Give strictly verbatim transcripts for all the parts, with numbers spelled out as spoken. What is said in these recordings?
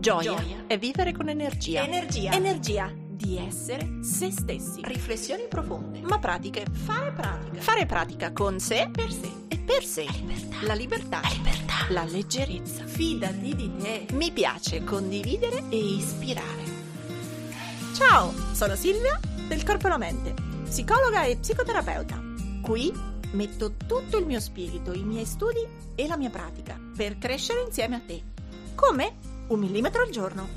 Gioia, Gioia è vivere con energia. Energia. Energia. Di essere se stessi. Riflessioni profonde, ma pratiche. Fare pratica. Fare pratica con sé, per sé e per sé. La libertà. La libertà. La libertà. La leggerezza. Fidati di te. Mi piace condividere e ispirare. Ciao, sono Silvia del Corpo e la Mente, psicologa e psicoterapeuta. Qui metto tutto il mio spirito, i miei studi e la mia pratica per crescere insieme a te. Come? Un millimetro al giorno.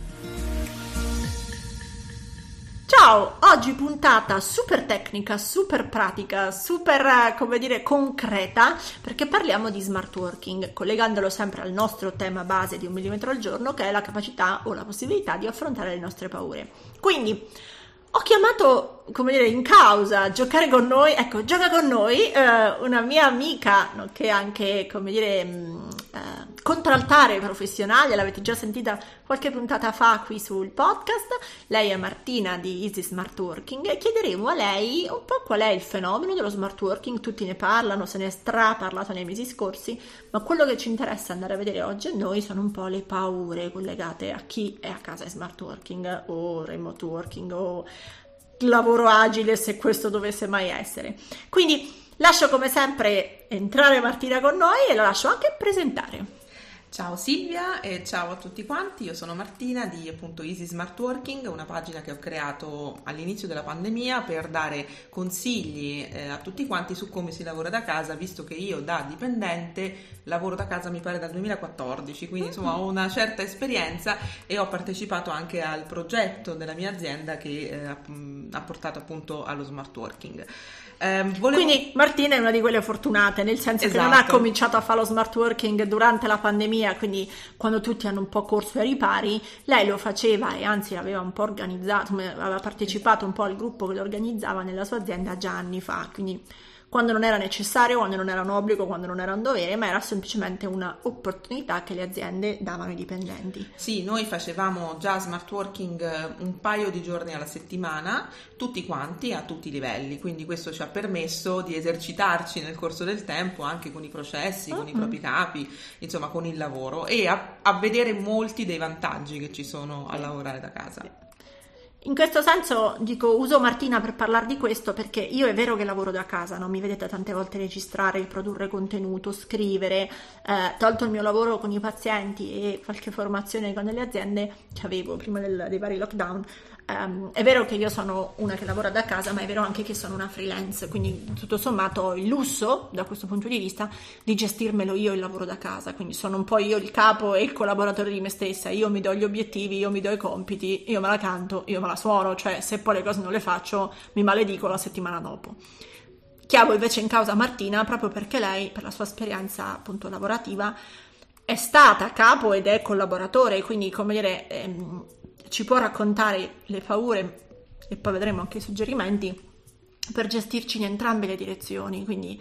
Ciao, oggi puntata super tecnica, super pratica, super, come dire, concreta, perché parliamo di smart working, collegandolo sempre al nostro tema base di un millimetro al giorno, che è la capacità o la possibilità di affrontare le nostre paure. Quindi ho chiamato, come dire, in causa, giocare con noi, ecco, gioca con noi, eh, una mia amica, nonché anche, come dire, mh, eh, contraltare professionale, l'avete già sentita qualche puntata fa qui sul podcast. Lei è Martina di Easy Smart Working e chiederemo a lei un po' qual è il fenomeno dello smart working. Tutti ne parlano, se ne è stra parlato nei mesi scorsi, ma quello che ci interessa andare a vedere oggi a noi sono un po' le paure collegate a chi è a casa in smart working o remote working o lavoro agile, se questo dovesse mai essere. Quindi lascio come sempre entrare Martina con noi e la lascio anche presentare. Ciao Silvia e ciao a tutti quanti, io sono Martina di appunto Easy Smart Working, una pagina che ho creato all'inizio della pandemia per dare consigli eh, a tutti quanti su come si lavora da casa, visto che io da dipendente lavoro da casa mi pare dal duemilaquattordici, quindi insomma ho una certa esperienza e ho partecipato anche al progetto della mia azienda che eh, ha portato appunto allo smart working. Eh, volevo... Quindi Martina è una di quelle fortunate, nel senso esatto. che non ha cominciato a fare lo smart working durante la pandemia, quindi quando tutti hanno un po' corso ai ripari, lei lo faceva e anzi aveva un po' organizzato, aveva partecipato un po' al gruppo che lo organizzava nella sua azienda già anni fa, quindi quando non era necessario, quando non era un obbligo, quando non era un dovere, ma era semplicemente una opportunità che le aziende davano ai dipendenti. Sì, noi facevamo già smart working un paio di giorni alla settimana, tutti quanti, a tutti i livelli, quindi questo ci ha permesso di esercitarci nel corso del tempo anche con i processi, uh-huh. con i propri capi, insomma con il lavoro e a, a vedere molti dei vantaggi che ci sono a lavorare da casa. Sì. In questo senso dico, uso Martina per parlare di questo perché io è vero che lavoro da casa, no? Mi vedete tante volte registrare, produrre contenuto, scrivere, eh, tolto il mio lavoro con i pazienti e qualche formazione con le aziende che avevo prima del, dei vari lockdown. Um, è vero che io sono una che lavora da casa, ma è vero anche che sono una freelance, quindi tutto sommato ho il lusso da questo punto di vista di gestirmelo io il lavoro da casa, quindi sono un po' io il capo e il collaboratore di me stessa, io mi do gli obiettivi, io mi do i compiti, io me la canto, io me la suono, cioè se poi le cose non le faccio mi maledico la settimana dopo. Chiamo invece in causa Martina proprio perché lei, per la sua esperienza appunto lavorativa, è stata capo ed è collaboratore, quindi come dire ehm, ci può raccontare le paure e poi vedremo anche i suggerimenti per gestirci in entrambe le direzioni, quindi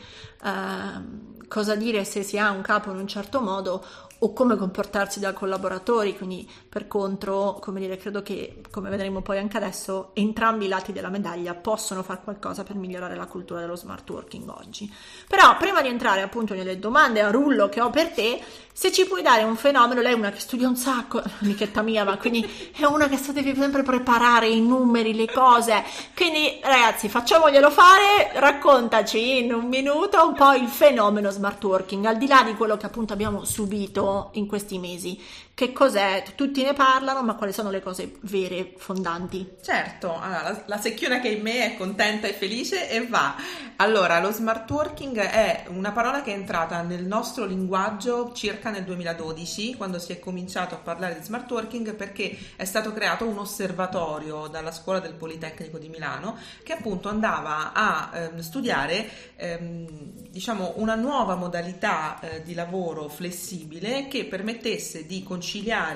eh, cosa dire se si ha un capo in un certo modo o come comportarsi da collaboratori, quindi per contro, come dire, credo che, come vedremo poi anche adesso, entrambi i lati della medaglia possono fare qualcosa per migliorare la cultura dello smart working oggi. Però prima di entrare appunto nelle domande a rullo che ho per te, se ci puoi dare un fenomeno, lei è una che studia un sacco, amichetta mia, ma quindi è una che deve sempre preparare i numeri, le cose, quindi ragazzi facciamoglielo fare, raccontaci in un minuto un po' il fenomeno smart working, al di là di quello che appunto abbiamo subito in questi mesi. Che cos'è? Tutti ne parlano, ma quali sono le cose vere, fondanti? Certo, allora, la, la secchiona che in me è contenta e felice e va. Allora, lo smart working è una parola che è entrata nel nostro linguaggio circa nel duemiladodici, quando si è cominciato a parlare di smart working, perché è stato creato un osservatorio dalla scuola del Politecnico di Milano che appunto andava a ehm, studiare ehm, diciamo una nuova modalità eh, di lavoro flessibile che permettesse di conciliare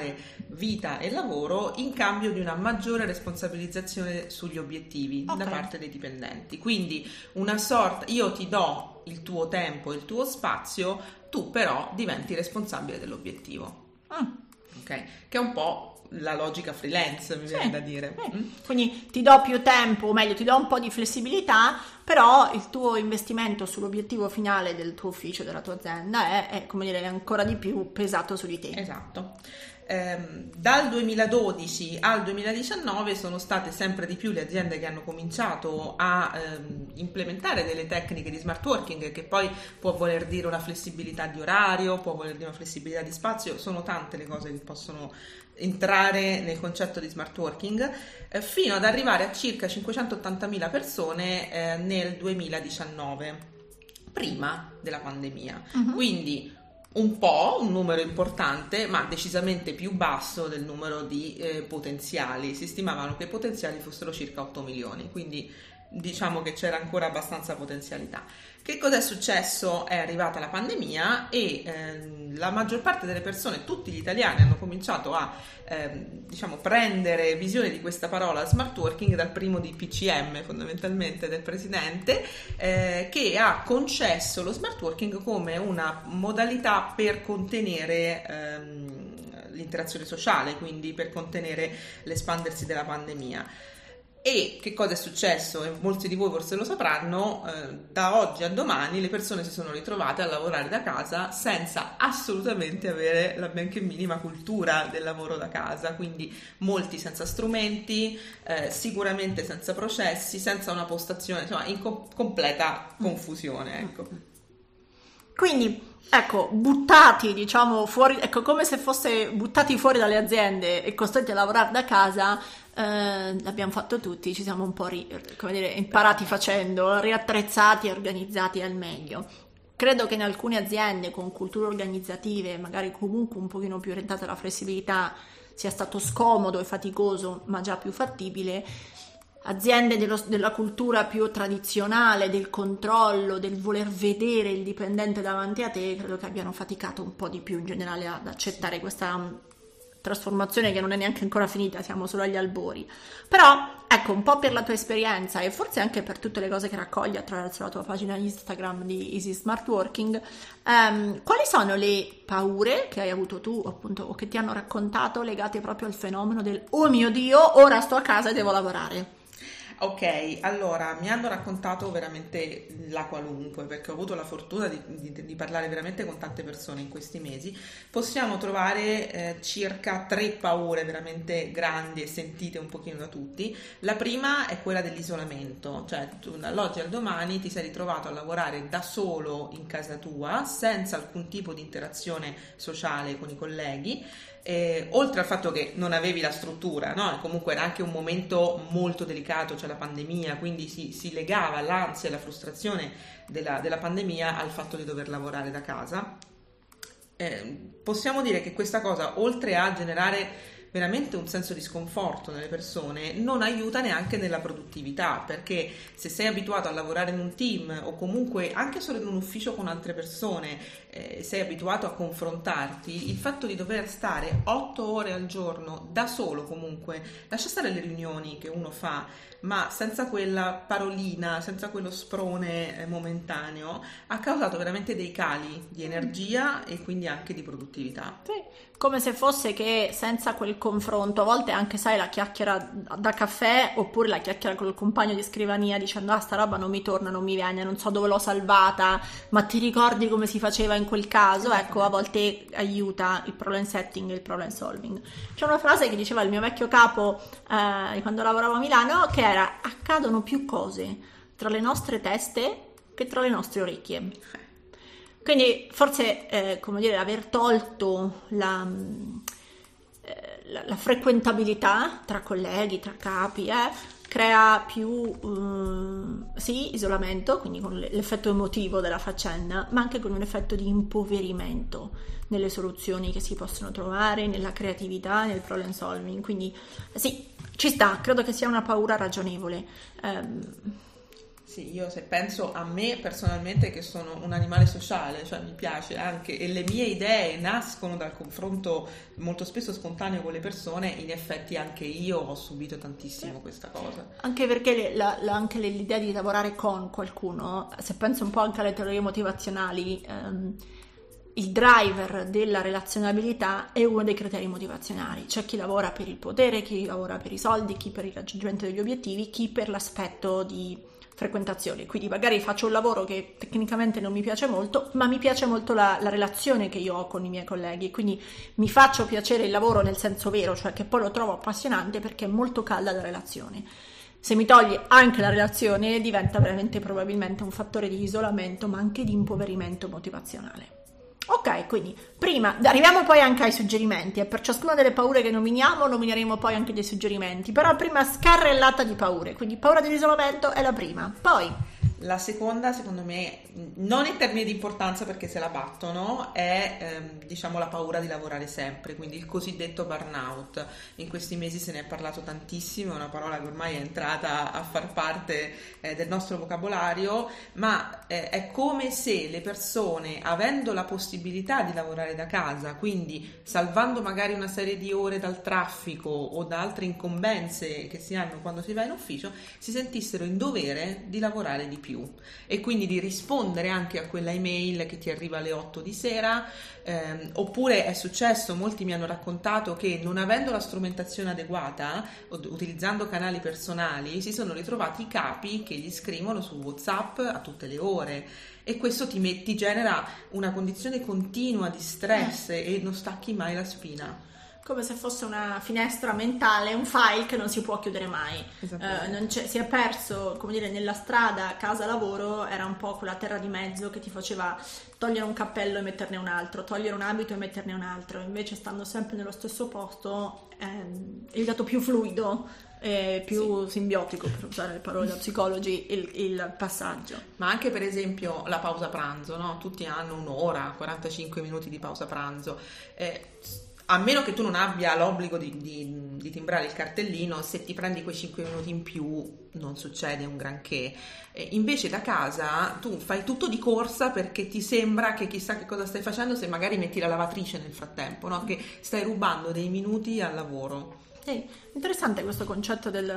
vita e lavoro in cambio di una maggiore responsabilizzazione sugli obiettivi okay. da parte dei dipendenti. Quindi una sorta, io ti do il tuo tempo, il tuo spazio, tu però diventi responsabile dell'obiettivo. Ah. Ok? Che è un po' la logica freelance, mi sì, viene da dire. Sì. Quindi ti do più tempo, o meglio, ti do un po' di flessibilità, però il tuo investimento sull'obiettivo finale del tuo ufficio, della tua azienda è, è come dire, ancora di più pesato su di te. Esatto. Ehm, dal duemiladodici al duemiladiciannove sono state sempre di più le aziende che hanno cominciato a ehm, implementare delle tecniche di smart working, che poi può voler dire una flessibilità di orario, può voler dire una flessibilità di spazio, sono tante le cose che possono entrare nel concetto di smart working, eh, fino ad arrivare a circa cinquecentottantamila persone eh, nel duemiladiciannove, prima della pandemia. Uh-huh. Quindi un po', un numero importante, ma decisamente più basso del numero di eh, potenziali. Si stimavano che i potenziali fossero circa otto milioni, quindi diciamo che c'era ancora abbastanza potenzialità. Che cosa è successo? È arrivata la pandemia e eh, la maggior parte delle persone, tutti gli italiani, hanno cominciato a eh, diciamo prendere visione di questa parola smart working dal primo di P C M, fondamentalmente del presidente, eh, che ha concesso lo smart working come una modalità per contenere ehm, l'interazione sociale, quindi per contenere l'espandersi della pandemia. E che cosa è successo? E molti di voi forse lo sapranno, eh, da oggi a domani le persone si sono ritrovate a lavorare da casa senza assolutamente avere la benché minima cultura del lavoro da casa, quindi molti senza strumenti, eh, sicuramente senza processi, senza una postazione, insomma in co- completa confusione, ecco. Quindi, ecco, buttati, diciamo, fuori, ecco, come se fosse buttati fuori dalle aziende e costretti a lavorare da casa, eh, l'abbiamo fatto tutti, ci siamo un po' ri, come dire, imparati facendo, riattrezzati e organizzati al meglio. Credo che in alcune aziende con culture organizzative, magari comunque un pochino più orientate alla flessibilità, sia stato scomodo e faticoso, ma già più fattibile. Aziende dello, della cultura più tradizionale, del controllo, del voler vedere il dipendente davanti a te, credo che abbiano faticato un po' di più in generale ad accettare questa um, trasformazione che non è neanche ancora finita, siamo solo agli albori. Però, ecco, un po' per la tua esperienza e forse anche per tutte le cose che raccogli attraverso la tua pagina Instagram di Easy Smart Working, um, quali sono le paure che hai avuto tu, appunto, o che ti hanno raccontato legate proprio al fenomeno del "oh mio Dio, ora sto a casa e devo lavorare"? Ok, allora mi hanno raccontato veramente la qualunque, perché ho avuto la fortuna di, di, di parlare veramente con tante persone in questi mesi. Possiamo trovare eh, circa tre paure veramente grandi e sentite un pochino da tutti. La prima è quella dell'isolamento, cioè tu dall'oggi al domani ti sei ritrovato a lavorare da solo in casa tua, senza alcun tipo di interazione sociale con i colleghi. Eh, oltre al fatto che non avevi la struttura, no? E comunque era anche un momento molto delicato, cioè la pandemia, quindi si, si legava l'ansia e la frustrazione della, della pandemia al fatto di dover lavorare da casa. Eh, possiamo dire che questa cosa, oltre a generare veramente un senso di sconforto nelle persone, non aiuta neanche nella produttività, perché se sei abituato a lavorare in un team o comunque anche solo in un ufficio con altre persone, eh, sei abituato a confrontarti, il fatto di dover stare otto ore al giorno da solo, comunque lascia stare le riunioni che uno fa, ma senza quella parolina, senza quello sprone momentaneo, ha causato veramente dei cali di energia e quindi anche di produttività. Sì, come se fosse che senza quel confronto, a volte anche, sai, la chiacchiera da caffè oppure la chiacchiera con il compagno di scrivania dicendo ah sta roba non mi torna, non mi viene, non so dove l'ho salvata, ma ti ricordi come si faceva in quel caso? Ecco, a volte aiuta il problem setting e il problem solving. C'è una frase che diceva il mio vecchio capo eh, quando lavoravo a Milano, che era: accadono più cose tra le nostre teste che tra le nostre orecchie. Quindi forse, eh, come dire, aver tolto la, eh, la, la frequentabilità tra colleghi, tra capi, eh, crea più, eh, sì, isolamento, quindi con l'effetto emotivo della faccenda, ma anche con un effetto di impoverimento nelle soluzioni che si possono trovare, nella creatività, nel problem solving. Quindi sì, ci sta, credo che sia una paura ragionevole. Um, Sì, io se penso a me personalmente, che sono un animale sociale, cioè mi piace anche, e le mie idee nascono dal confronto molto spesso spontaneo con le persone, in effetti anche io ho subito tantissimo questa cosa. Anche perché la, la, anche l'idea di lavorare con qualcuno, se penso un po' anche alle teorie motivazionali, ehm, il driver della relazionabilità è uno dei criteri motivazionali. C'è chi lavora per il potere, chi lavora per i soldi, chi per il raggiungimento degli obiettivi, chi per l'aspetto di frequentazioni, quindi magari faccio un lavoro che tecnicamente non mi piace molto, ma mi piace molto la, la relazione che io ho con i miei colleghi, quindi mi faccio piacere il lavoro nel senso vero, cioè che poi lo trovo appassionante perché è molto calda la relazione. Se mi togli anche la relazione diventa veramente probabilmente un fattore di isolamento, ma anche di impoverimento motivazionale. Ok, quindi prima arriviamo poi anche ai suggerimenti e per ciascuna delle paure che nominiamo nomineremo poi anche dei suggerimenti, però prima scarrellata di paure, quindi paura dell'isolamento è la prima, poi la seconda, secondo me, non in termini di importanza perché se la battono, è ehm, diciamo la paura di lavorare sempre, quindi il cosiddetto burnout. In questi mesi se ne è parlato tantissimo, è una parola che ormai è entrata a far parte eh, del nostro vocabolario, ma eh, è come se le persone, avendo la possibilità di lavorare da casa, quindi salvando magari una serie di ore dal traffico o da altre incombenze che si hanno quando si va in ufficio, si sentissero in dovere di lavorare di più. E quindi di rispondere anche a quella email che ti arriva alle otto di sera, ehm, oppure è successo, molti mi hanno raccontato che non avendo la strumentazione adeguata, utilizzando canali personali, si sono ritrovati i capi che gli scrivono su WhatsApp a tutte le ore e questo ti, met- ti genera una condizione continua di stress e non stacchi mai la spina. Come se fosse una finestra mentale, un file che non si può chiudere mai. Eh, non c'è, si è perso, come dire, nella strada casa-lavoro, era un po' quella terra di mezzo che ti faceva togliere un cappello e metterne un altro, togliere un abito e metterne un altro, invece stando sempre nello stesso posto ehm, è diventato più fluido e più sì. simbiotico, per usare le parole da psicologi, il, il passaggio. Ma anche per esempio la pausa pranzo, no? Tutti hanno un'ora, quarantacinque minuti di pausa pranzo. Eh, A meno che tu non abbia l'obbligo di, di, di timbrare il cartellino, se ti prendi quei cinque minuti in più non succede un granché. E invece da casa tu fai tutto di corsa perché ti sembra che chissà che cosa stai facendo se magari metti la lavatrice nel frattempo, no? Che stai rubando dei minuti al lavoro. Sì, interessante questo concetto del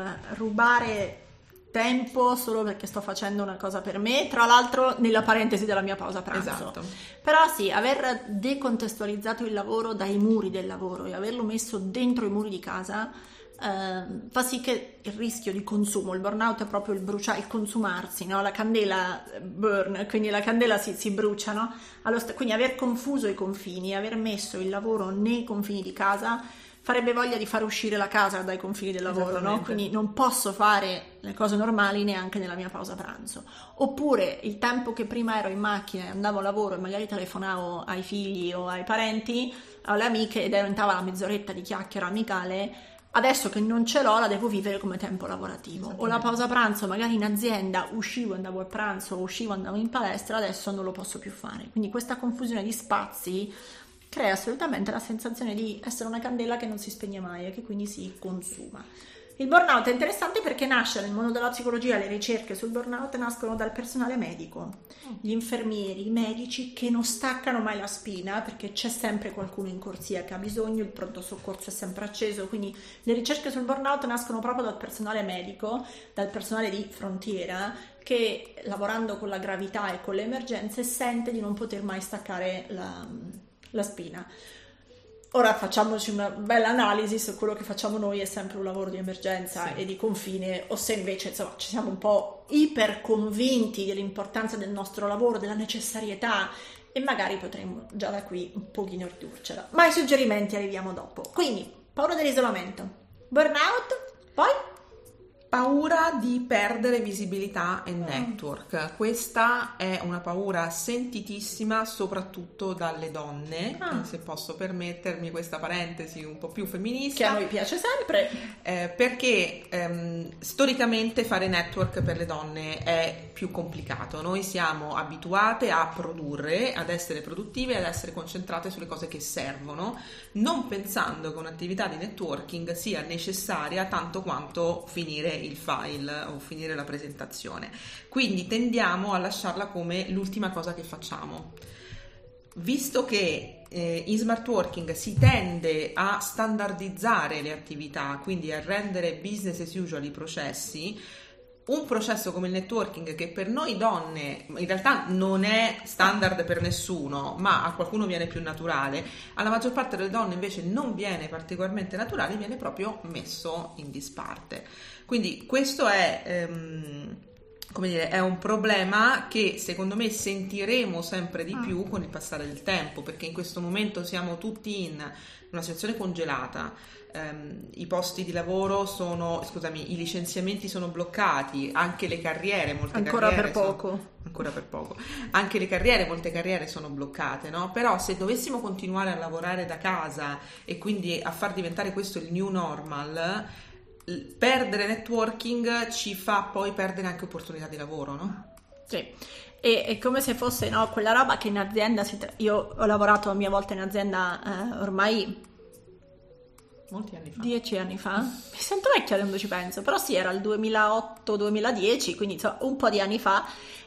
rubare tempo solo perché sto facendo una cosa per me, tra l'altro nella parentesi della mia pausa pranzo. Esatto. Però sì, aver decontestualizzato il lavoro dai muri del lavoro e averlo messo dentro i muri di casa eh, fa sì che il rischio di consumo, il burnout è proprio il bruciare, il consumarsi, no? La candela burn, quindi la candela si, si brucia, no? Allo st- quindi aver confuso i confini, aver messo il lavoro nei confini di casa farebbe voglia di far uscire la casa dai confini del lavoro, no? Quindi non posso fare le cose normali neanche nella mia pausa pranzo. Oppure il tempo che prima ero in macchina e andavo a lavoro e magari telefonavo ai figli o ai parenti, alle amiche, ed diventava la mezz'oretta di chiacchiera amicale, adesso che non ce l'ho la devo vivere come tempo lavorativo. O la pausa pranzo magari in azienda uscivo, andavo a pranzo, uscivo, andavo in palestra, adesso non lo posso più fare. Quindi questa confusione di spazi crea assolutamente la sensazione di essere una candela che non si spegne mai e che quindi si consuma. Il burnout è interessante perché nasce nel mondo della psicologia, le ricerche sul burnout nascono dal personale medico, gli infermieri, i medici che non staccano mai la spina perché c'è sempre qualcuno in corsia che ha bisogno, il pronto soccorso è sempre acceso, quindi le ricerche sul burnout nascono proprio dal personale medico, dal personale di frontiera che lavorando con la gravità e con le emergenze sente di non poter mai staccare la, la spina. Ora facciamoci una bella analisi se quello che facciamo noi è sempre un lavoro di emergenza sì. e di confine, o se invece insomma ci siamo un po' iper convinti dell'importanza del nostro lavoro, della necessarietà, e magari potremmo già da qui un pochino ridurcela. Ma ai suggerimenti arriviamo dopo. Quindi, paura dell'isolamento, burnout, poi paura di perdere visibilità e network. Questa è una paura sentitissima soprattutto dalle donne, ah. se posso permettermi questa parentesi un po' più femminista. Che a noi piace sempre. Eh, perché ehm, storicamente fare network per le donne è più complicato. Noi siamo abituate a produrre, ad essere produttive, ad essere concentrate sulle cose che servono, non pensando che un'attività di networking sia necessaria tanto quanto finire il file o finire la presentazione. Quindi tendiamo a lasciarla come l'ultima cosa che facciamo. Visto che eh, in smart working si tende a standardizzare le attività, quindi a rendere business as usual i processi, un processo come il networking, che per noi donne in realtà non è standard per nessuno, ma a qualcuno viene più naturale, alla maggior parte delle donne invece non viene particolarmente naturale, viene proprio messo in disparte. Quindi questo è ehm, come dire, è un problema che secondo me sentiremo sempre di più con il passare del tempo, perché in questo momento siamo tutti in una situazione congelata. Um, i posti di lavoro sono, scusami, i licenziamenti sono bloccati, anche le carriere, molte ancora carriere per poco. Sono, ancora per poco. Anche le carriere, molte carriere sono bloccate, no? Però se dovessimo continuare a lavorare da casa e quindi a far diventare questo il new normal, perdere networking ci fa poi perdere anche opportunità di lavoro, no? Sì. E è come se fosse, no, quella roba che in azienda si tra... io ho lavorato a mia volta in azienda eh, ormai molti anni fa. Dieci anni fa? Mi sento vecchia quando ci penso, però sì, era il duemilaotto duemiladieci, quindi insomma, un po' di anni fa.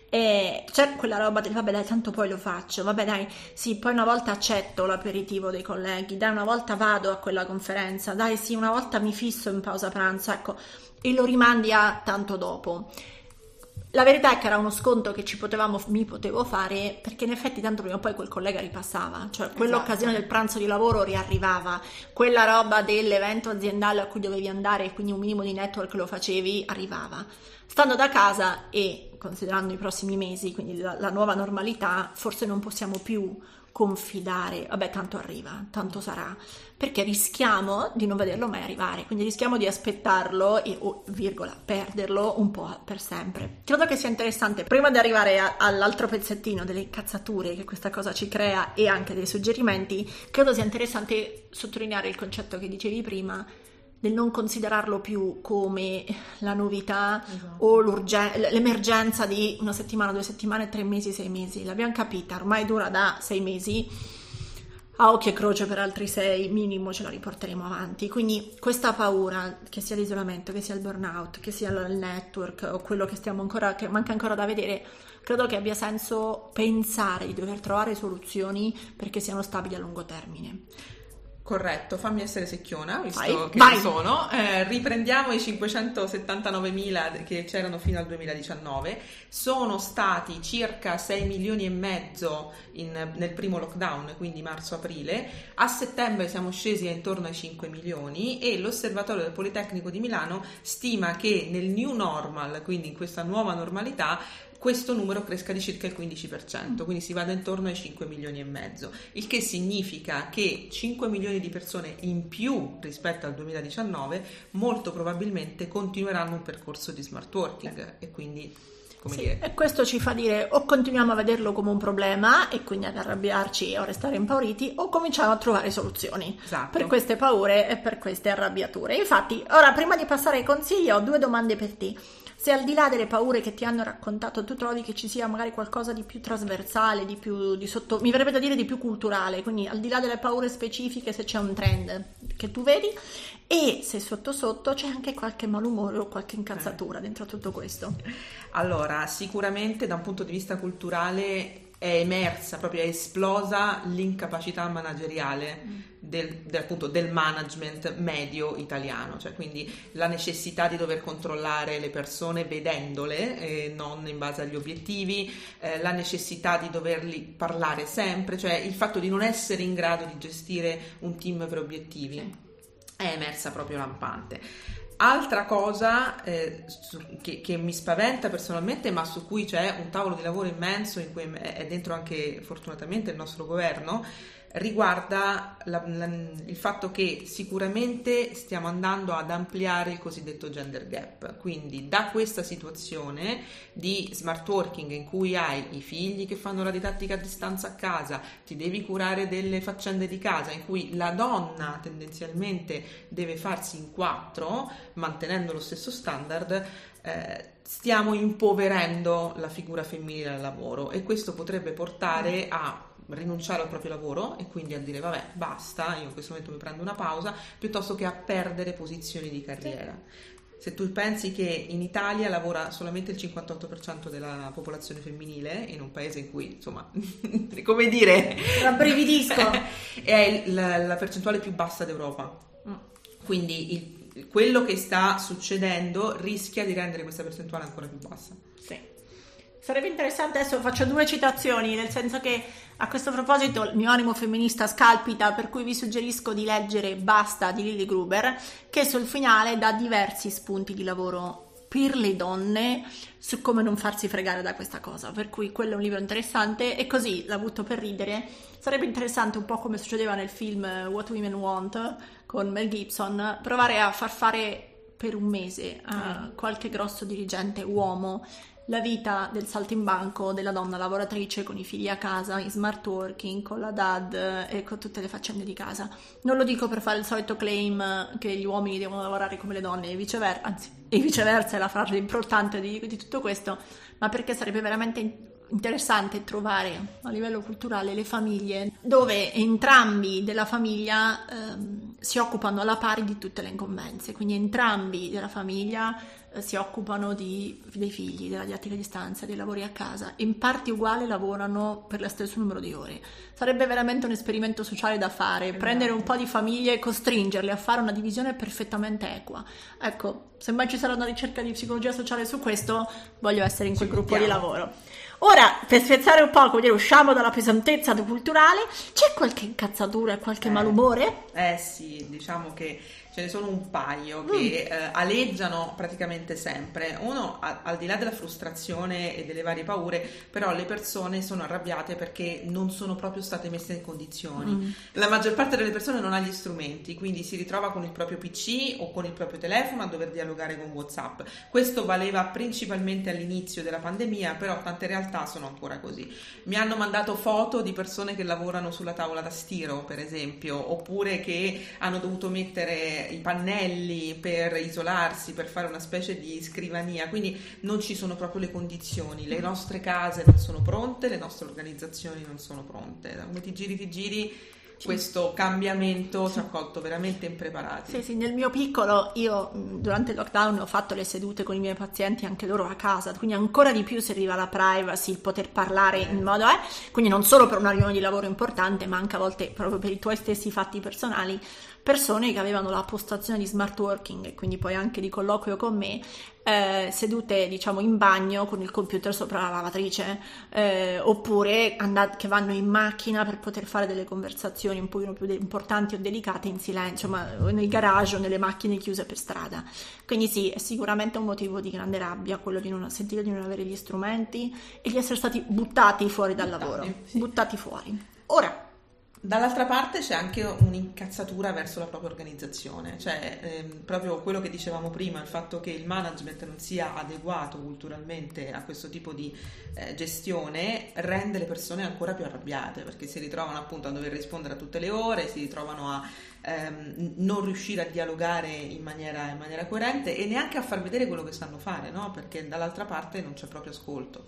E c'è quella roba del vabbè dai, tanto poi lo faccio, vabbè dai, sì, poi una volta accetto l'aperitivo dei colleghi, dai, una volta vado a quella conferenza, dai, sì, una volta mi fisso in pausa pranzo, ecco, e lo rimandi a tanto dopo. La verità è che era uno sconto che ci potevamo, mi potevo fare, perché in effetti tanto prima o poi quel collega ripassava, cioè quell'occasione esatto. del pranzo di lavoro riarrivava, quella roba dell'evento aziendale a cui dovevi andare e quindi un minimo di network lo facevi, arrivava. Stando da casa e considerando i prossimi mesi, quindi la, la nuova normalità, forse non possiamo più confidare, vabbè tanto arriva, tanto sarà, perché rischiamo di non vederlo mai arrivare, quindi rischiamo di aspettarlo e, oh, virgola, perderlo un po' per sempre. Credo che sia interessante, prima di arrivare a, all'altro pezzettino delle incazzature che questa cosa ci crea e anche dei suggerimenti, credo sia interessante sottolineare il concetto che dicevi prima, del non considerarlo più come la novità esatto. o l'emergenza di una settimana, due settimane, tre mesi, sei mesi. L'abbiamo capita, ormai dura da sei mesi, a occhio e croce per altri sei, minimo ce la riporteremo avanti. Quindi questa paura, che sia l'isolamento, che sia il burnout, che sia il network o quello che stiamo ancora, che manca ancora da vedere, credo che abbia senso pensare di dover trovare soluzioni perché siano stabili a lungo termine. Corretto, fammi essere secchiona, visto vai, che vai. ci sono. Eh, riprendiamo i cinquecentosettantanovemila che c'erano fino al duemiladiciannove. Sono stati circa sei milioni e mezzo in, nel primo lockdown, quindi marzo-aprile. A settembre siamo scesi a intorno ai cinque milioni e l'Osservatorio del Politecnico di Milano stima che nel new normal, quindi in questa nuova normalità, questo numero cresca di circa il quindici per cento, quindi si vada intorno ai cinque milioni e mezzo, il che significa che cinque milioni di persone in più rispetto al duemiladiciannove molto probabilmente continueranno un percorso di smart working e quindi come sì, dire. E questo ci fa dire o continuiamo a vederlo come un problema e quindi ad arrabbiarci o a restare impauriti o cominciamo a trovare soluzioni esatto. per queste paure e per queste arrabbiature. Infatti, ora prima di passare ai consigli ho due domande per te. Se al di là delle paure che ti hanno raccontato tu trovi che ci sia magari qualcosa di più trasversale, di più di sotto, mi verrebbe da dire di più culturale, quindi al di là delle paure specifiche se c'è un trend che tu vedi e se sotto sotto c'è anche qualche malumore o qualche incazzatura dentro tutto questo. Allora, sicuramente da un punto di vista culturale è emersa, proprio è esplosa l'incapacità manageriale mm. del, del, appunto, del management medio italiano, cioè quindi la necessità di dover controllare le persone vedendole e non in base agli obiettivi, eh, la necessità di doverli parlare sempre, cioè il fatto di non essere in grado di gestire un team per obiettivi sì. è emersa proprio lampante. Altra cosa eh, su, che, che mi spaventa personalmente, ma su cui c'è un tavolo di lavoro immenso in cui è dentro anche fortunatamente il nostro governo, riguarda la, la, il fatto che sicuramente stiamo andando ad ampliare il cosiddetto gender gap, quindi da questa situazione di smart working in cui hai i figli che fanno la didattica a distanza a casa, ti devi curare delle faccende di casa, in cui la donna tendenzialmente deve farsi in quattro mantenendo lo stesso standard, eh, stiamo impoverendo la figura femminile al lavoro e questo potrebbe portare a rinunciare al proprio lavoro e quindi a dire vabbè basta, io in questo momento mi prendo una pausa, piuttosto che a perdere posizioni di carriera. Se tu pensi che in Italia lavora solamente il cinquantotto per cento della popolazione femminile, in un paese in cui, insomma, come dire, rabbrividisco, è la, la percentuale più bassa d'Europa. Mm. Quindi il, quello che sta succedendo rischia di rendere questa percentuale ancora più bassa. Sì. Sarebbe interessante, adesso faccio due citazioni, nel senso che a questo proposito il mio animo femminista scalpita, per cui vi suggerisco di leggere Basta di Lily Gruber, che sul finale dà diversi spunti di lavoro per le donne su come non farsi fregare da questa cosa, per cui quello è un libro interessante e così l'ha avuto per ridere. Sarebbe interessante, un po' come succedeva nel film What Women Want con Mel Gibson, provare a far fare per un mese a qualche grosso dirigente uomo la vita del saltimbanco della donna lavoratrice con i figli a casa, in smart working, con la dad e con tutte le faccende di casa. Non lo dico per fare il solito claim che gli uomini devono lavorare come le donne e viceversa, anzi, e viceversa è la frase importante di, di tutto questo, ma perché sarebbe veramente interessante trovare a livello culturale le famiglie dove entrambi della famiglia ehm, si occupano alla pari di tutte le incombenze, quindi entrambi della famiglia eh, si occupano di, dei figli, della didattica a distanza, dei lavori a casa, in parti uguali lavorano per lo stesso numero di ore. Sarebbe veramente un esperimento sociale da fare, esatto. Prendere un po' di famiglie e costringerle a fare una divisione perfettamente equa. Ecco, se mai ci sarà una ricerca di psicologia sociale su questo, voglio essere in quel ci gruppo mettiamo. Di lavoro. Ora, per spezzare un po', come dire, usciamo dalla pesantezza culturale, c'è qualche incazzatura e qualche eh, malumore? Eh sì, diciamo che ce ne sono un paio che mm. eh, aleggiano praticamente sempre. Uno, a, al di là della frustrazione e delle varie paure, però le persone sono arrabbiate perché non sono proprio state messe in condizioni. Mm. La maggior parte delle persone non ha gli strumenti, quindi si ritrova con il proprio P C o con il proprio telefono a dover dialogare con WhatsApp. Questo valeva principalmente all'inizio della pandemia, però tante realtà sono ancora così. Mi hanno mandato foto di persone che lavorano sulla tavola da stiro, per esempio, oppure che hanno dovuto mettere i pannelli per isolarsi, per fare una specie di scrivania, quindi non ci sono proprio le condizioni, le nostre case non sono pronte, le nostre organizzazioni non sono pronte. Da come ti giri ti giri questo cambiamento ci ha colto veramente impreparati. Sì, sì, nel mio piccolo io durante il lockdown ho fatto le sedute con i miei pazienti anche loro a casa, quindi ancora di più serviva la privacy, il poter parlare in modo eh, quindi non solo per una riunione di lavoro importante, ma anche a volte proprio per i tuoi stessi fatti personali, persone che avevano la postazione di smart working e quindi poi anche di colloquio con me, eh, sedute diciamo in bagno con il computer sopra la lavatrice, eh, oppure andate, che vanno in macchina per poter fare delle conversazioni un pochino più de- importanti o delicate in silenzio, ma nel garage o nelle macchine chiuse per strada. Quindi sì, è sicuramente un motivo di grande rabbia quello di non sentire di non avere gli strumenti e di essere stati buttati fuori dal buttati, lavoro, sì. buttati fuori. Ora, dall'altra parte c'è anche un'incazzatura verso la propria organizzazione, cioè ehm, proprio quello che dicevamo prima, il fatto che il management non sia adeguato culturalmente a questo tipo di eh, gestione rende le persone ancora più arrabbiate, perché si ritrovano appunto a dover rispondere a tutte le ore, si ritrovano a ehm, non riuscire a dialogare in maniera, in maniera coerente e neanche a far vedere quello che sanno fare, no? Perché dall'altra parte non c'è proprio ascolto.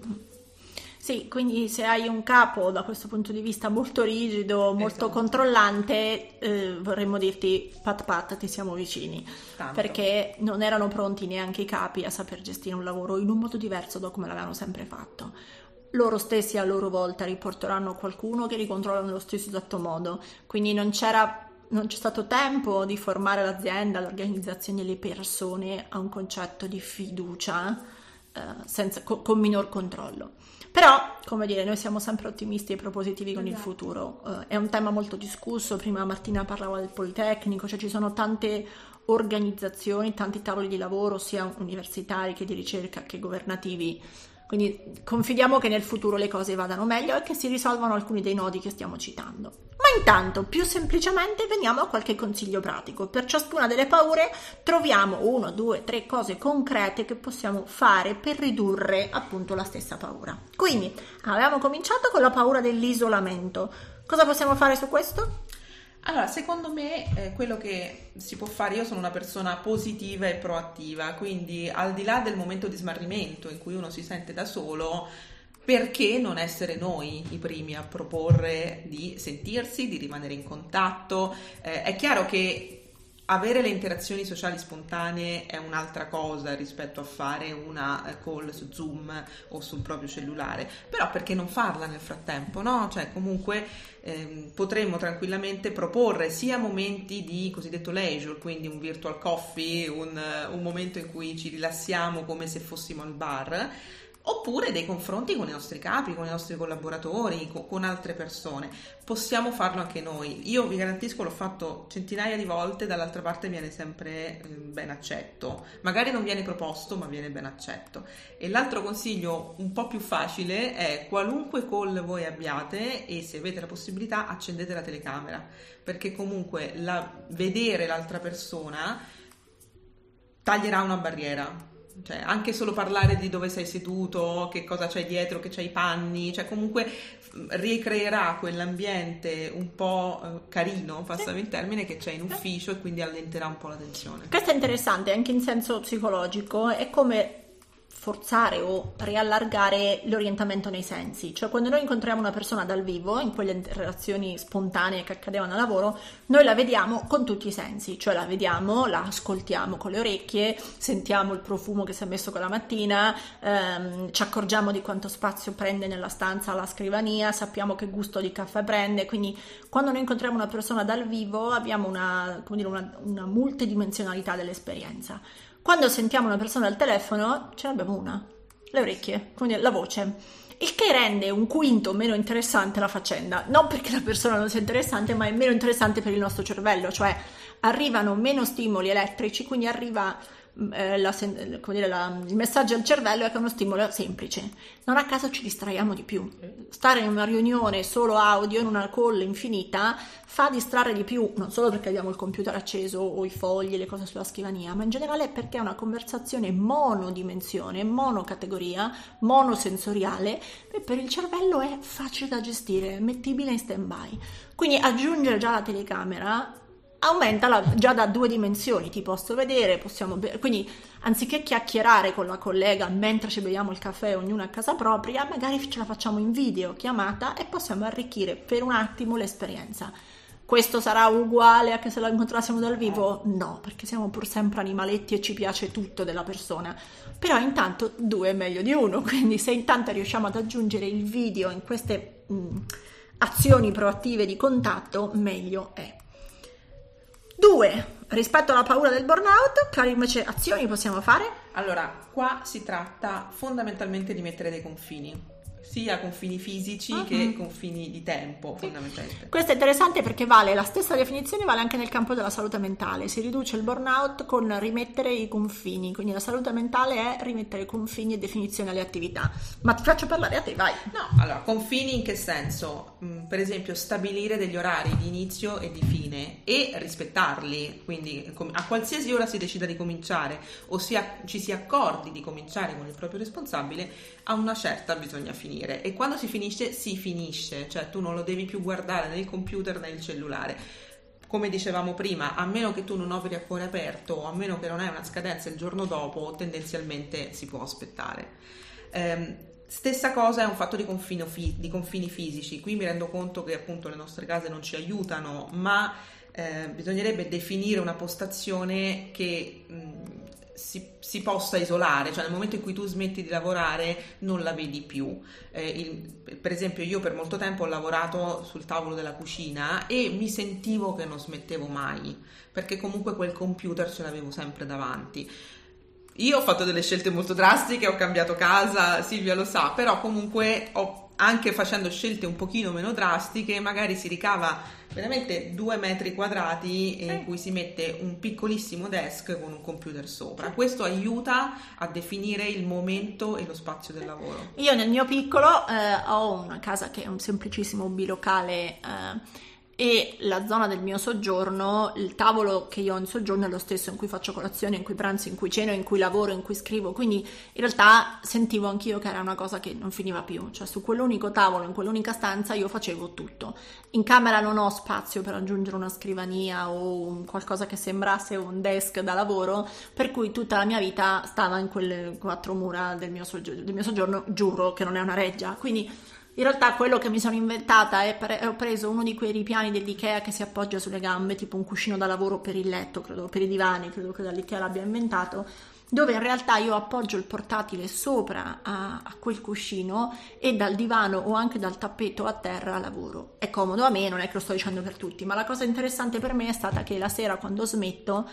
Sì, quindi se hai un capo da questo punto di vista molto rigido, molto esatto. controllante, eh, vorremmo dirti pat pat, ti siamo vicini, Tanto. perché non erano pronti neanche i capi a saper gestire un lavoro in un modo diverso da come l'avevano sempre fatto. Loro stessi a loro volta riporteranno qualcuno che li controlla nello stesso esatto modo, quindi non c'era non c'è stato tempo di formare l'azienda, l'organizzazione e le persone a un concetto di fiducia eh, senza, con, con minor controllo. Però, come dire, noi siamo sempre ottimisti e propositivi con esatto. il futuro. Uh, è un tema molto discusso, prima Martina parlava del Politecnico, cioè ci sono tante organizzazioni, tanti tavoli di lavoro, sia universitari che di ricerca che governativi. Quindi confidiamo che nel futuro le cose vadano meglio e che si risolvano alcuni dei nodi che stiamo citando. Ma intanto, più semplicemente, veniamo a qualche consiglio pratico. Per ciascuna delle paure troviamo uno, due, tre cose concrete che possiamo fare per ridurre appunto la stessa paura. Quindi, avevamo cominciato con la paura dell'isolamento. Cosa possiamo fare su questo? Allora, secondo me eh, quello che si può fare, io sono una persona positiva e proattiva, quindi al di là del momento di smarrimento in cui uno si sente da solo, perché non essere noi i primi a proporre di sentirsi, di rimanere in contatto? Eh, è chiaro che avere le interazioni sociali spontanee è un'altra cosa rispetto a fare una call su Zoom o sul proprio cellulare, però perché non farla nel frattempo, no? Cioè comunque ehm, potremmo tranquillamente proporre sia momenti di cosiddetto leisure, quindi un virtual coffee, un, un momento in cui ci rilassiamo come se fossimo al bar, oppure dei confronti con i nostri capi, con i nostri collaboratori, con, con altre persone. Possiamo farlo anche noi. Io vi garantisco, l'ho fatto centinaia di volte, dall'altra parte viene sempre eh, ben accetto. Magari non viene proposto, ma viene ben accetto. E l'altro consiglio un po' più facile è: qualunque call voi abbiate, e se avete la possibilità, accendete la telecamera, perché comunque la, vedere l'altra persona taglierà una barriera. Cioè, anche solo parlare di dove sei seduto, che cosa c'hai dietro, che c'hai i panni, cioè comunque ricreerà quell'ambiente un po' eh, carino, passami il termine, che c'è in ufficio, e quindi allenterà un po' la tensione. Questo è interessante anche in senso psicologico, è come forzare o riallargare l'orientamento nei sensi. Cioè, quando noi incontriamo una persona dal vivo, in quelle relazioni spontanee che accadevano a lavoro, noi la vediamo con tutti i sensi, cioè la vediamo, la ascoltiamo con le orecchie, sentiamo il profumo che si è messo quella mattina, ehm, ci accorgiamo di quanto spazio prende nella stanza la scrivania, sappiamo che gusto di caffè prende. Quindi quando noi incontriamo una persona dal vivo abbiamo una, come dire, una, una multidimensionalità dell'esperienza. Quando sentiamo una persona al telefono ce n'abbiamo una, le orecchie, quindi la voce, il che rende un quinto meno interessante la faccenda, non perché la persona non sia interessante, ma è meno interessante per il nostro cervello, cioè arrivano meno stimoli elettrici, quindi arriva eh, la, come dire, la, il messaggio al cervello è che è uno stimolo semplice. Non a caso ci distraiamo di più. Stare in una riunione solo audio, in una call infinita, fa distrarre di più, non solo perché abbiamo il computer acceso o i fogli, le cose sulla scrivania, ma in generale perché è una conversazione monodimensione, monocategoria, monosensoriale, e per il cervello è facile da gestire, è mettibile in stand-by. Quindi aggiungere già la telecamera aumenta la, già da due dimensioni, ti posso vedere, possiamo be- quindi anziché chiacchierare con la collega mentre ci beviamo il caffè ognuno a casa propria, magari ce la facciamo in video chiamata e possiamo arricchire per un attimo l'esperienza. Questo sarà uguale a che se la incontrassimo dal vivo? No, perché siamo pur sempre animaletti e ci piace tutto della persona, però intanto due è meglio di uno, quindi se intanto riusciamo ad aggiungere il video in queste mh, azioni proattive di contatto, meglio è. Due, rispetto alla paura del burnout, quali invece azioni possiamo fare? Allora, qua si tratta fondamentalmente di mettere dei confini, sia confini fisici uh-huh. che confini di tempo, sì. Fondamentalmente. Questo è interessante perché vale la stessa definizione, vale anche nel campo della salute mentale. Si riduce il burnout con rimettere i confini, quindi la salute mentale è rimettere confini e definizioni alle attività. Ma ti faccio parlare a te, vai. No, allora, confini in che senso? Mm, per esempio, stabilire degli orari di inizio e di fine e rispettarli, quindi a qualsiasi ora si decida di cominciare o sia, ci si accordi di cominciare con il proprio responsabile, a una certa bisogna finire, e quando si finisce si finisce, cioè tu non lo devi più guardare né il computer né il cellulare. Come dicevamo prima, a meno che tu non operi a cuore aperto o a meno che non hai una scadenza il giorno dopo, tendenzialmente si può aspettare. Ehm, stessa cosa è un fatto di, confino fi- di confini fisici. Qui mi rendo conto che appunto le nostre case non ci aiutano, ma eh, bisognerebbe definire una postazione che mh, Si, si possa isolare, cioè nel momento in cui tu smetti di lavorare non la vedi più. Eh, il, per esempio io per molto tempo ho lavorato sul tavolo della cucina e mi sentivo che non smettevo mai, perché comunque quel computer ce l'avevo sempre davanti. Io ho fatto delle scelte molto drastiche, ho cambiato casa, Silvia lo sa, però comunque ho, anche facendo scelte un pochino meno drastiche, magari si ricava veramente due metri quadrati in cui si mette un piccolissimo desk con un computer sopra. Questo aiuta a definire il momento e lo spazio del lavoro. Io nel mio piccolo eh, ho una casa che è un semplicissimo bilocale eh, e la zona del mio soggiorno, il tavolo che io ho in soggiorno è lo stesso in cui faccio colazione, in cui pranzo, in cui ceno, in cui lavoro, in cui scrivo, quindi in realtà sentivo anch'io che era una cosa che non finiva più, cioè su quell'unico tavolo, in quell'unica stanza io facevo tutto. In camera non ho spazio per aggiungere una scrivania o un qualcosa che sembrasse un desk da lavoro, per cui tutta la mia vita stava in quelle quattro mura del mio soggiorno, del mio soggiorno, giuro che non è una reggia, quindi in realtà quello che mi sono inventata è pre- ho preso uno di quei ripiani dell'Ikea che si appoggia sulle gambe, tipo un cuscino da lavoro per il letto, credo, per i divani, credo che dall'Ikea l'abbia inventato, dove in realtà io appoggio il portatile sopra a, a quel cuscino e dal divano o anche dal tappeto a terra lavoro. È comodo a me, non è che lo sto dicendo per tutti, ma la cosa interessante per me è stata che la sera quando smetto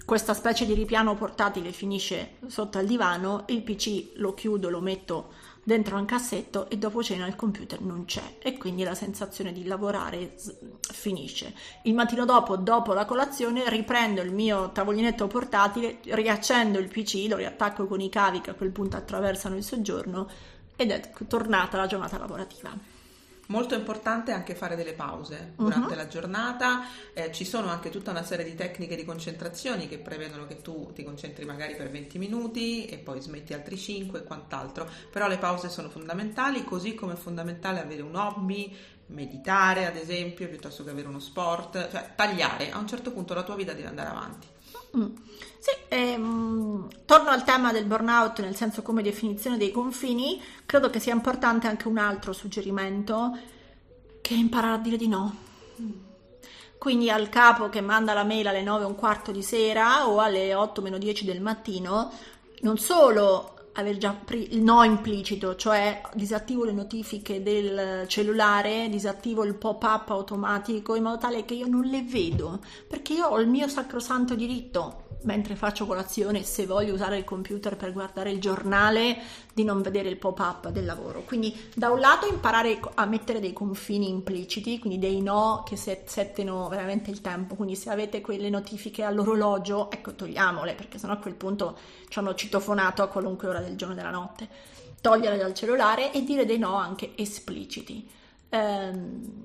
questa specie di ripiano portatile finisce sotto al divano, il P C lo chiudo, lo metto dentro un cassetto e dopo cena il computer non c'è e quindi la sensazione di lavorare finisce. Il mattino dopo, dopo la colazione, riprendo il mio tavolinetto portatile, riaccendo il P C, lo riattacco con i cavi che a quel punto attraversano il soggiorno ed è tornata la giornata lavorativa. Molto importante anche fare delle pause durante uh-huh. la giornata, eh, ci sono anche tutta una serie di tecniche di concentrazioni che prevedono che tu ti concentri magari per venti minuti e poi smetti altri cinque e quant'altro, però le pause sono fondamentali, così come è fondamentale avere un hobby, meditare ad esempio, piuttosto che avere uno sport, cioè tagliare, a un certo punto la tua vita deve andare avanti. Mm. Sì, ehm, torno al tema del burnout nel senso come definizione dei confini. Credo che sia importante anche un altro suggerimento, che è imparare a dire di no. Quindi al capo che manda la mail alle nove e un quarto di sera o alle otto meno dieci del mattino, non solo aver già pri- il no implicito, cioè disattivo le notifiche del cellulare, disattivo il pop-up automatico in modo tale che io non le vedo, perché io ho il mio sacrosanto diritto, mentre faccio colazione, se voglio usare il computer per guardare il giornale, di non vedere il pop-up del lavoro. Quindi da un lato imparare a mettere dei confini impliciti, quindi dei no che settino veramente il tempo, quindi se avete quelle notifiche all'orologio, ecco, togliamole, perché sennò a quel punto ci hanno citofonato a qualunque ora del giorno e della notte. Togliere dal cellulare e dire dei no anche espliciti. Ehm,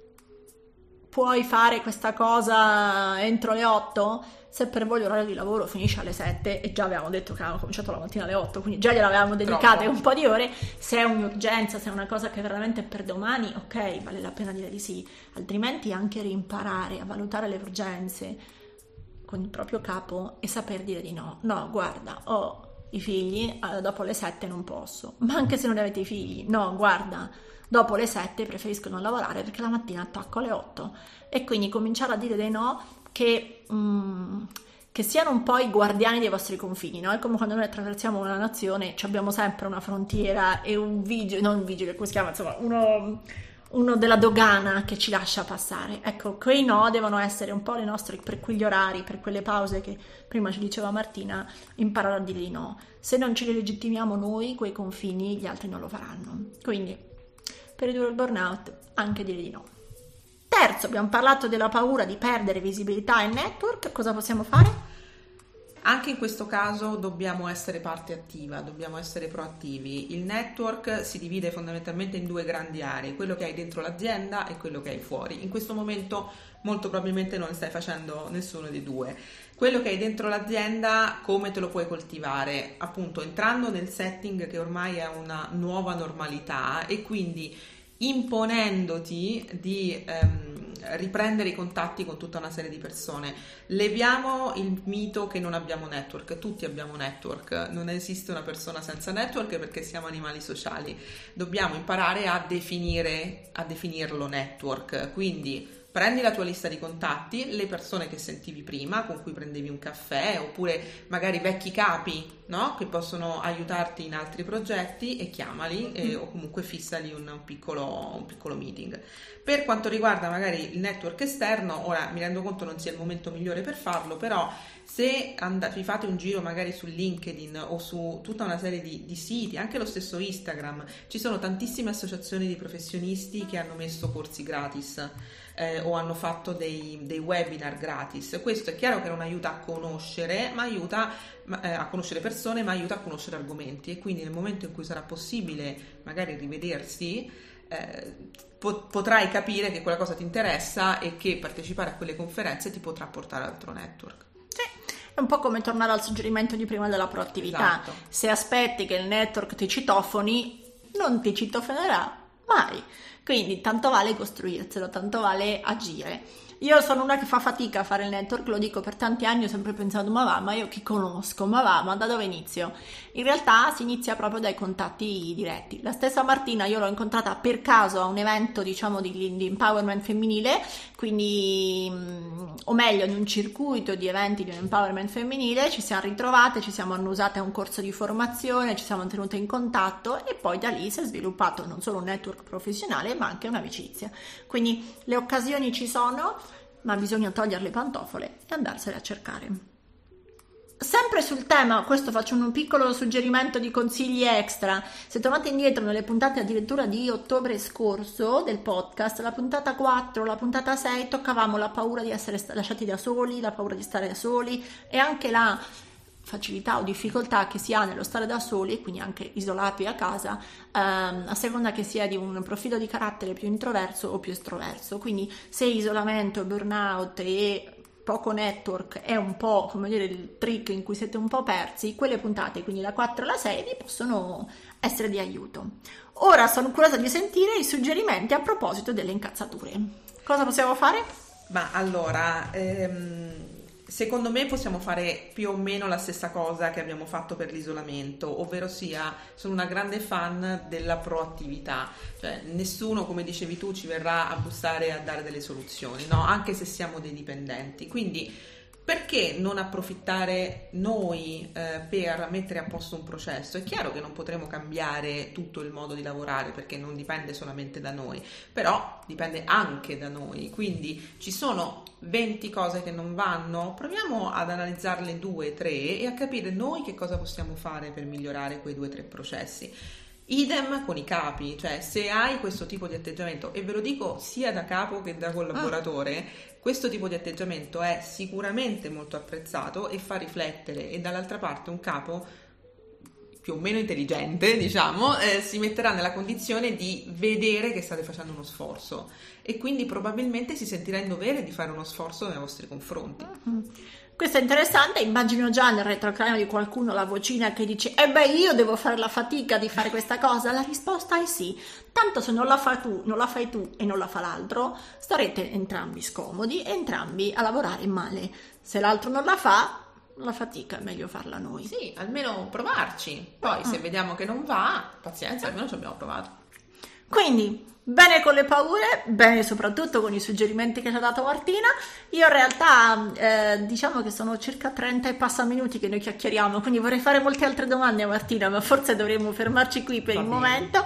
puoi fare questa cosa entro le otto? Se per voi l'orario di lavoro finisce alle sette e già avevamo detto che avevamo cominciato la mattina alle otto, quindi già gliel'avevamo dedicate un po' di ore, se è un'urgenza, se è una cosa che veramente è per domani, ok, vale la pena dire di sì, altrimenti anche rimparare a valutare le urgenze con il proprio capo e saper dire di no. No, guarda, ho i figli, dopo le sette non posso, ma anche se non avete i figli, no, guarda, dopo le sette preferisco non lavorare perché la mattina attacco alle otto, e quindi cominciare a dire dei no che, mm, che siano un po' i guardiani dei vostri confini, no? È come quando noi attraversiamo una nazione, abbiamo sempre una frontiera e un vigile, non un vigile, come si chiama, insomma, uno, uno della dogana che ci lascia passare. Ecco, quei no devono essere un po' le nostre, per quegli orari, per quelle pause che prima ci diceva Martina, imparare a dire di no. Se non ce li legittimiamo noi, quei confini, gli altri non lo faranno. Quindi, per ridurre il burnout, anche dire di no. Terzo, abbiamo parlato della paura di perdere visibilità e network. Cosa possiamo fare? Anche in questo caso dobbiamo essere parte attiva, dobbiamo essere proattivi. Il network si divide fondamentalmente in due grandi aree, quello che hai dentro l'azienda e quello che hai fuori. In questo momento molto probabilmente non stai facendo nessuno dei due. Quello che hai dentro l'azienda, come te lo puoi coltivare? Appunto entrando nel setting che ormai è una nuova normalità e quindi imponendoti di ehm, riprendere i contatti con tutta una serie di persone. Leviamo il mito che non abbiamo network, tutti abbiamo network, non esiste una persona senza network perché siamo animali sociali. Dobbiamo imparare a definire, a definirlo network, quindi prendi la tua lista di contatti, le persone che sentivi prima, con cui prendevi un caffè, oppure magari vecchi capi, no? Che possono aiutarti in altri progetti, e chiamali e, o comunque fissali un, un, piccolo, un piccolo meeting. Per quanto riguarda magari il network esterno, ora mi rendo conto non sia il momento migliore per farlo, però se andate, vi fate un giro magari su LinkedIn o su tutta una serie di, di siti, anche lo stesso Instagram, ci sono tantissime associazioni di professionisti che hanno messo corsi gratis eh, o hanno fatto dei, dei webinar gratis. Questo è chiaro che non aiuta a conoscere, ma aiuta eh, a conoscere persone, ma aiuta a conoscere argomenti, e quindi nel momento in cui sarà possibile magari rivedersi, eh, potrai capire che quella cosa ti interessa e che partecipare a quelle conferenze ti potrà portare ad altro network. È un po' come tornare al suggerimento di prima della proattività. Esatto. Se aspetti che il network ti citofoni, non ti citofonerà mai. Quindi tanto vale costruirselo, tanto vale agire. Io sono una che fa fatica a fare il network, lo dico per tanti anni, ho sempre pensato ma va, ma io chi conosco, ma va, ma da dove inizio? In realtà si inizia proprio dai contatti diretti. La stessa Martina io l'ho incontrata per caso a un evento, diciamo, di, di empowerment femminile, quindi o meglio in un circuito di eventi di un empowerment femminile, ci siamo ritrovate, ci siamo annusate a un corso di formazione, ci siamo tenute in contatto e poi da lì si è sviluppato non solo un network professionale ma anche un'amicizia. Quindi le occasioni ci sono, ma bisogna togliere le pantofole e andarsene a cercare. sempre sul tema, questo faccio un piccolo suggerimento di consigli extra. Se tornate indietro nelle puntate addirittura di ottobre scorso del podcast, la puntata quattro, la puntata sei, toccavamo la paura di essere sta- lasciati da soli, la paura di stare da soli e anche la facilità o difficoltà che si ha nello stare da soli, e quindi anche isolati a casa, ehm, a seconda che sia di un profilo di carattere più introverso o più estroverso. Quindi se isolamento, burnout e poco network è un po', come dire, il trick in cui siete un po' persi, quelle puntate, quindi la quattro e la sei, vi possono essere di aiuto. Ora sono curiosa di sentire i suggerimenti a proposito delle incazzature. Cosa possiamo fare? Ma allora, ehm, secondo me possiamo fare più o meno la stessa cosa che abbiamo fatto per l'isolamento, ovvero sia, sono una grande fan della proattività, cioè nessuno, come dicevi tu, ci verrà a bussare e a dare delle soluzioni, no? Anche se siamo dei dipendenti, quindi perché non approfittare noi eh, per mettere a posto un processo? È chiaro che non potremo cambiare tutto il modo di lavorare perché non dipende solamente da noi, però dipende anche da noi, quindi ci sono venti cose che non vanno, proviamo ad analizzarle due, tre e a capire noi che cosa possiamo fare per migliorare quei due, tre processi. Idem con i capi, cioè se hai questo tipo di atteggiamento, e ve lo dico sia da capo che da collaboratore, ah. questo tipo di atteggiamento è sicuramente molto apprezzato e fa riflettere, e dall'altra parte un capo più o meno intelligente, diciamo, eh, si metterà nella condizione di vedere che state facendo uno sforzo e quindi probabilmente si sentirà in dovere di fare uno sforzo nei vostri confronti. Mm-hmm. Questo è interessante, immagino già nel retrocranio di qualcuno la vocina che dice eh beh, io devo fare la fatica di fare questa cosa. La risposta è sì, tanto se non la fai tu, non la fai tu e non la fa l'altro, starete entrambi scomodi e entrambi a lavorare male. Se l'altro non la fa, la fatica è meglio farla noi. Sì, almeno provarci, poi ah. se vediamo che non va, pazienza, almeno ci abbiamo provato. Quindi bene con le paure, bene soprattutto con i suggerimenti che ci ha dato Martina. Io in realtà eh, diciamo che sono circa trenta e passa minuti che noi chiacchieriamo, quindi vorrei fare molte altre domande a Martina, ma forse dovremmo fermarci qui per Va il bene. momento.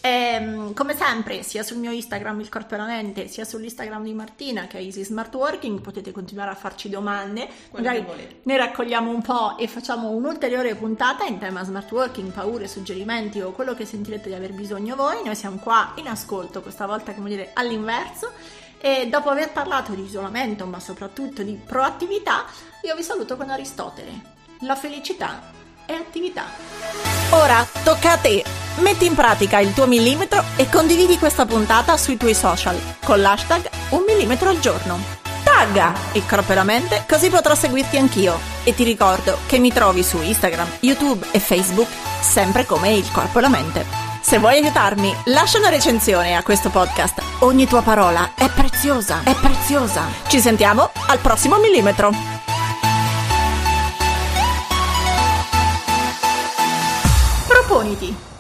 E, come sempre, sia sul mio Instagram Il Corpo e la Mente, sia sull'Instagram di Martina, che è Easy Smart Working, potete continuare a farci domande. Quello magari ne raccogliamo un po' e facciamo un'ulteriore puntata in tema smart working, paure, suggerimenti o quello che sentirete di aver bisogno voi. Noi siamo qua in ascolto, questa volta, come dire, all'inverso. E dopo aver parlato di isolamento, ma soprattutto di proattività, io vi saluto con Aristotele. La felicità è attività. Ora tocca a te. Metti in pratica il tuo millimetro e condividi questa puntata sui tuoi social con l'hashtag un millimetro al giorno. Tagga Il Corpo e la Mente, così potrò seguirti anch'io. E ti ricordo che mi trovi su Instagram, YouTube e Facebook sempre come Il Corpo e la Mente. Se vuoi aiutarmi, lascia una recensione a questo podcast. Ogni tua parola è preziosa, è preziosa. Ci sentiamo al prossimo millimetro. Proponiti.